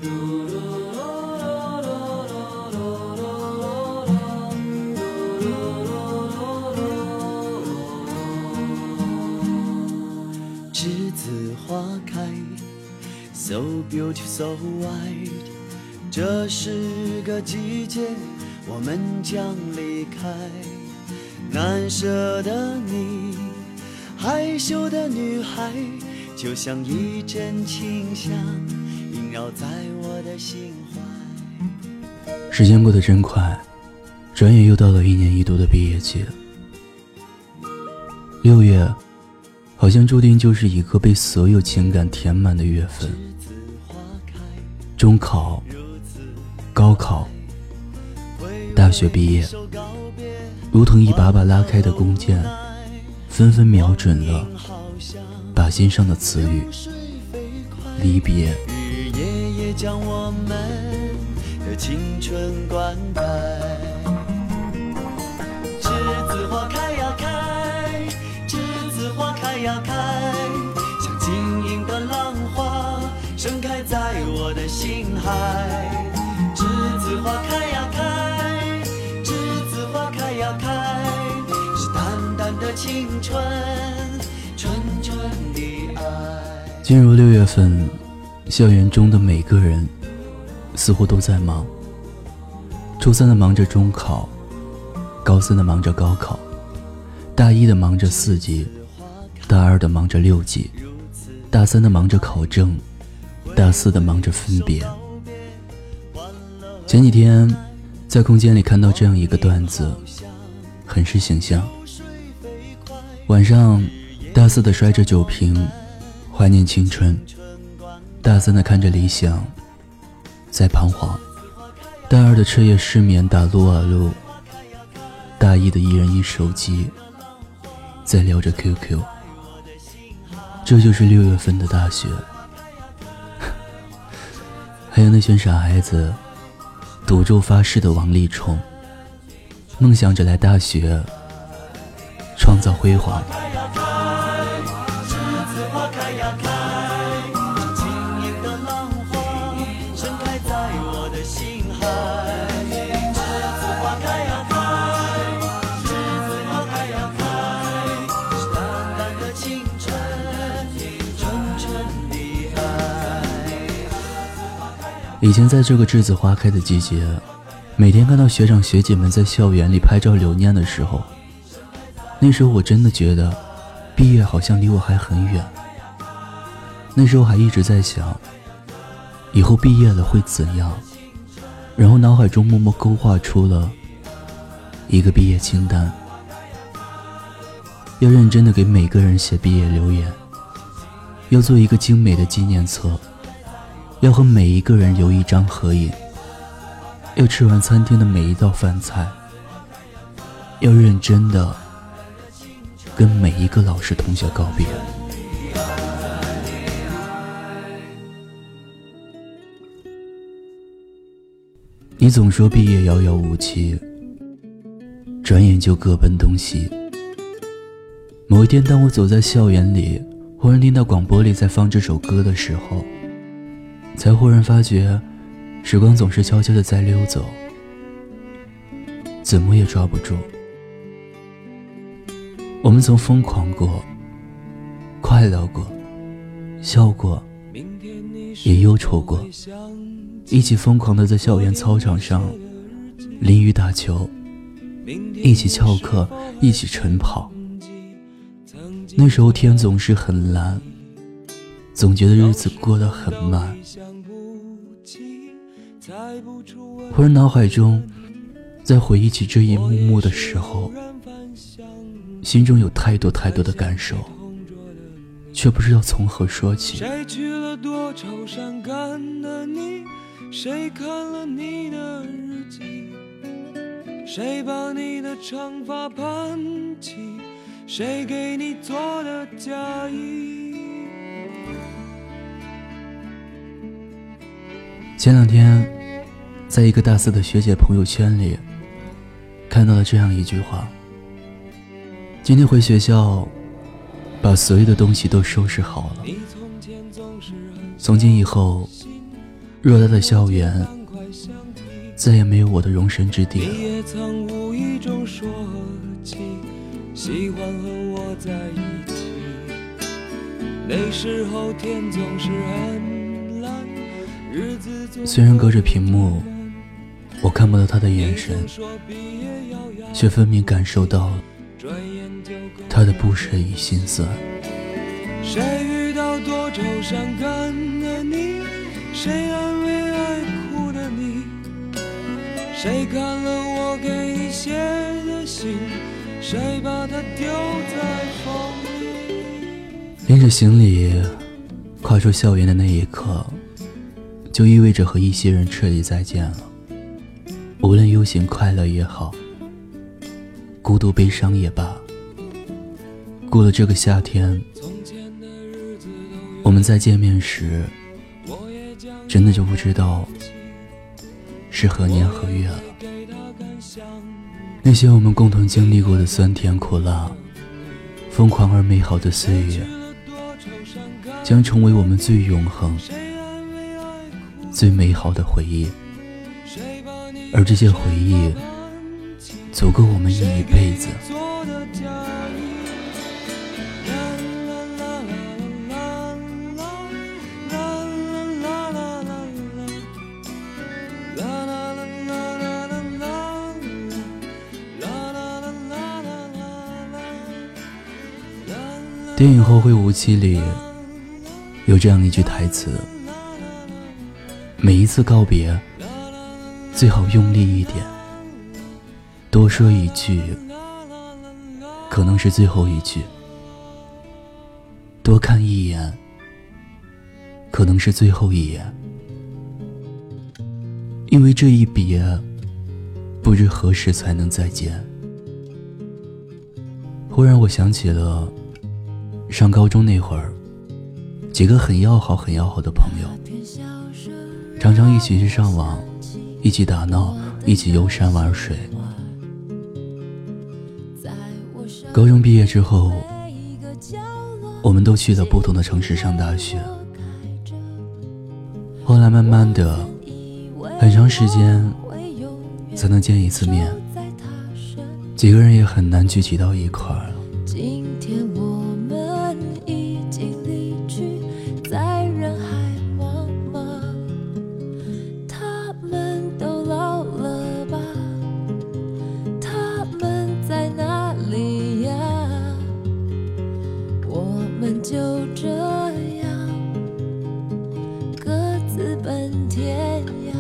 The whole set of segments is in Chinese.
栀子花开 So beautiful, so white 这是个季节我们将离开难舍的你害羞的女孩就像一阵清香萦绕在我的心怀时间过得真快转眼又到了1年1度的毕业季6月好像注定就是一个被所有情感填满的月份中考高考大学毕业如同一把把拉开的弓箭纷纷瞄准了靶心上的词语离别日夜夜将我们的青春灌溉栀子花开呀开栀子花开呀开像晶莹的浪花盛开在我的心海栀子花开呀开栀子花开呀开是淡淡的青春纯纯的爱进入6月份校园中的每个人似乎都在忙初3的忙着中考高3的忙着高考大1的忙着4级大2的忙着6级大3的忙着考证大4的忙着分别前几天在空间里看到这样一个段子很是形象晚上大4的摔着酒瓶怀念青春大3的看着理想在彷徨大2的彻夜失眠打撸啊撸大1的一人一手机在聊着 QQ 这就是6月份的大学还有那群傻孩子赌咒发誓的往里冲梦想着来大学创造辉煌以前在这个栀子花开的季节每天看到学长学姐们在校园里拍照留念的时候那时候我真的觉得毕业好像离我还很远那时候还一直在想以后毕业了会怎样然后脑海中默默勾画出了一个毕业清单要认真的给每个人写毕业留言要做一个精美的纪念册要和每一个人留一张合影要吃完餐厅的每一道饭菜要认真的跟每一个老师同学告别你总说毕业遥遥无期转眼就各奔东西某一天当我走在校园里忽然听到广播里在放这首歌的时候才忽然发觉时光总是悄悄地在溜走怎么也抓不住我们曾疯狂过快乐过笑过也忧愁过一起疯狂地在校园操场上淋雨打球一起翘课一起晨跑那时候天总是很蓝总觉得日子过得很慢忽然脑海中在回忆起这一幕幕的时候心中有太多太多的感受却不知道从何说起谁去了多愁善感的你谁看了你的日记谁把你的长发盘起谁给你做的嫁衣前两天在一个大4的学姐朋友圈里看到了这样一句话今天回学校把所有的东西都收拾好了从今以后偌大的校园再也没有我的容身之地了。 你也曾无意中说起喜欢和我在一起，那时候天总是很蓝，日子总虽然隔着屏幕我看不到他的眼神，却分明感受到了他的不舍与心酸。 谁遇到多愁善感的你，谁安慰爱哭的你，谁看了我给你写的信，谁把它丢在风里。 拎着行李跨出校园的那一刻，就意味着和一些人彻底再见了。无论忧心快乐也好，孤独悲伤也罢，过了这个夏天，我们再见面时真的就不知道是何年何月了。那些我们共同经历过的酸甜苦辣，疯狂而美好的岁月，将成为我们最永恒最美好的回忆，而这些回忆足够我们一辈子。电影《后会无期》里有这样一句台词：每一次告别最好用力一点，多说一句可能是最后一句，多看一眼可能是最后一眼，因为这一别不知何时才能再见。忽然我想起了上高中那会儿，几个很要好的朋友，常常一起去上网，一起打闹，一起游山玩水。高中毕业之后，我们都去了不同的城市上大学。后来慢慢的，很长时间才能见一次面，几个人也很难聚集到一块儿了。 今天我们已经离去，在人海茫茫，他们都老了吧？他们在哪里呀？我们就这样各自奔天涯。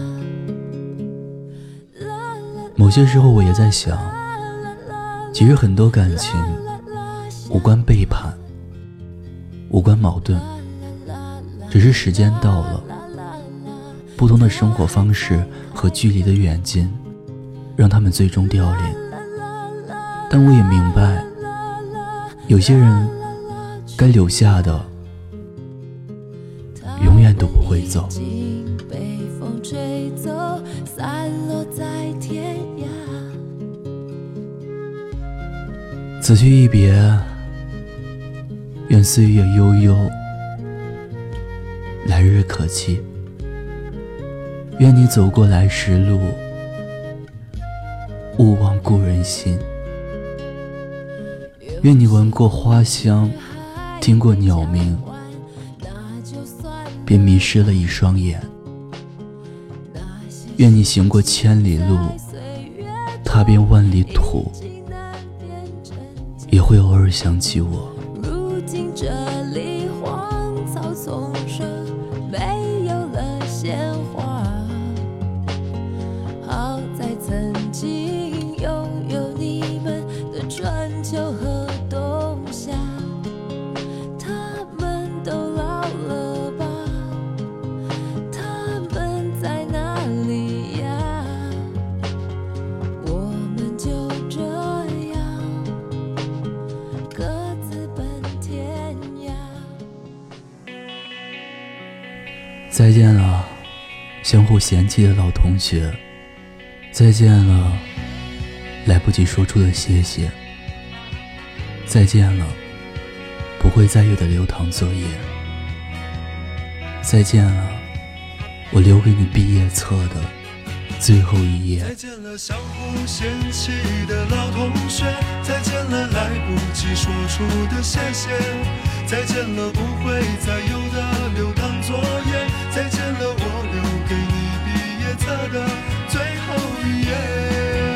某些时候我也在想，其实很多感情无关背叛，无关矛盾，只是时间到了，不同的生活方式和距离的远近，让他们最终凋零。但我也明白，有些人该留下的永远都不会走。 被风吹走，散落在天涯。 此去一别，愿岁月悠悠，来日可期。愿你走过来时路，勿忘故人心。愿你闻过花香，听过鸟鸣，便迷失了一双眼。愿你行过千里路，踏遍万里土，也会偶尔想起我。 如今这里荒草丛生，没有了鲜花。好在曾经拥有你们的春秋和冬夏，他们都老了吧？他们在哪里呀？我们就这样各自奔天涯。 再见了，相互嫌弃的老同学。再见了，来不及说出的谢谢。再见了，不会再有的留堂作业。再见了， 我留给你毕业册的最后一页。 再见了相互嫌弃的老同学，再见了来不及说出的谢谢，再见了不会再有的留堂作业，再见了我留给你毕业册的最后一页。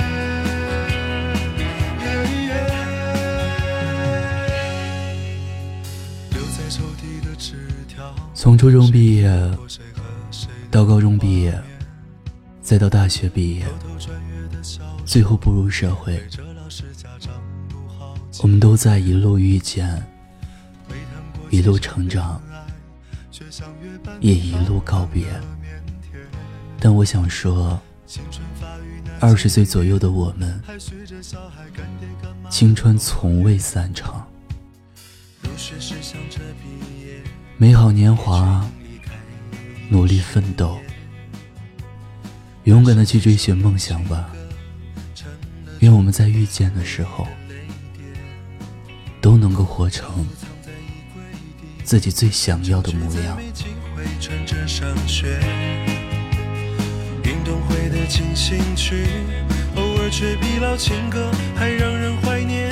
留在抽屉的纸条， 从初中毕业到高中毕业，再到大学毕业，最后步入社会，我们都在一路遇见，一路成长，也一路告别。但我想说，20岁左右的我们，青春从未散场。美好年华，努力奋斗，勇敢地去追寻梦想吧。愿我们在遇见的时候，都能够活成自己最想要的模样。运动会的进行曲，偶尔却疲劳情歌，还让人怀念。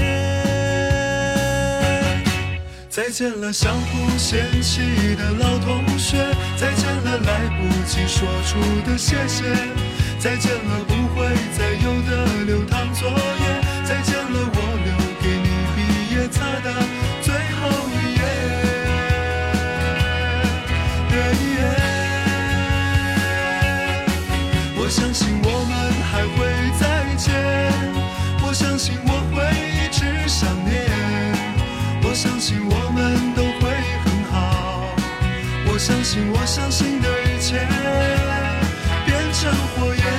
再见了相互嫌弃的老同学，再见了来不及说出的谢谢，再见了不会再有的留堂作业，再见了我留给你毕业册的最后一页。我相信我们还会再见，我相信我会一直想念，我相信我们都会很好，我相信我相信的一切变成火焰，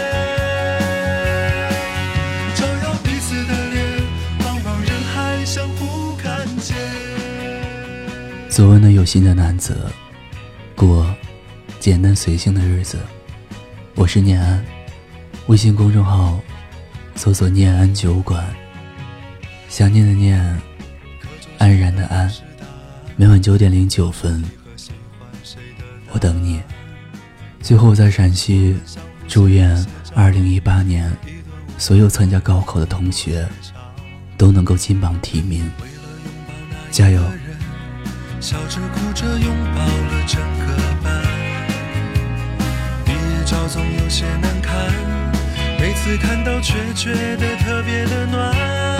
照耀彼此的脸，茫茫人海相互看见。做温的有心的男子，过简单随性的日子。我是念安，微信公众号搜索念安酒馆，想念的念，安然的安，每晚9点09分，我等你。最后在陕西祝愿2018年所有参加高考的同学都能够金榜题名，加油！笑着哭着拥抱了整个班，毕业照总有些难看，每次看到却觉得特别的暖。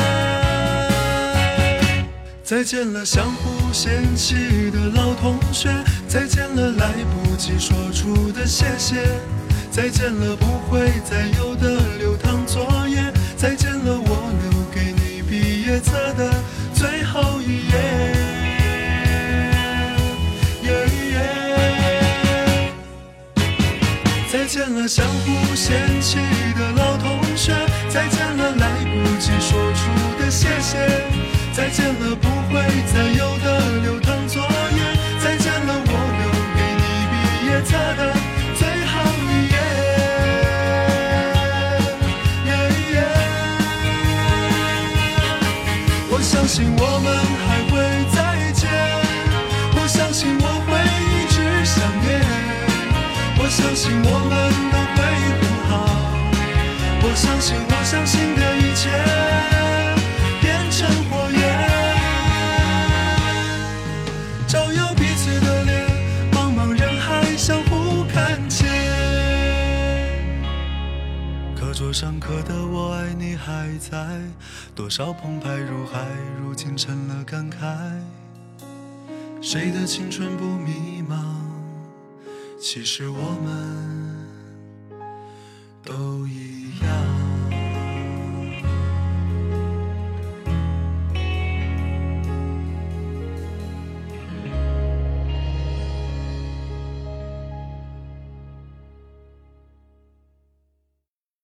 再见了相互嫌弃的老同学，再见了来不及说出的谢谢，再见了不会再有的留堂作业，再见了我留给你毕业册的最后一页。再见了相互嫌弃的老同学，再见了来不及说出的谢谢，再见了不会再有的留堂作业，再见了我留给你毕业册的最后一页。我相信我们还会再见，我相信我会一直想念，我相信我们都会很好，我相信我相信的一切变成火焰，照耀彼此的脸，茫茫人海相互看见。课桌上刻的我爱你还在，多少澎湃如海，如今成了感慨。谁的青春不迷茫？其实我们都一样。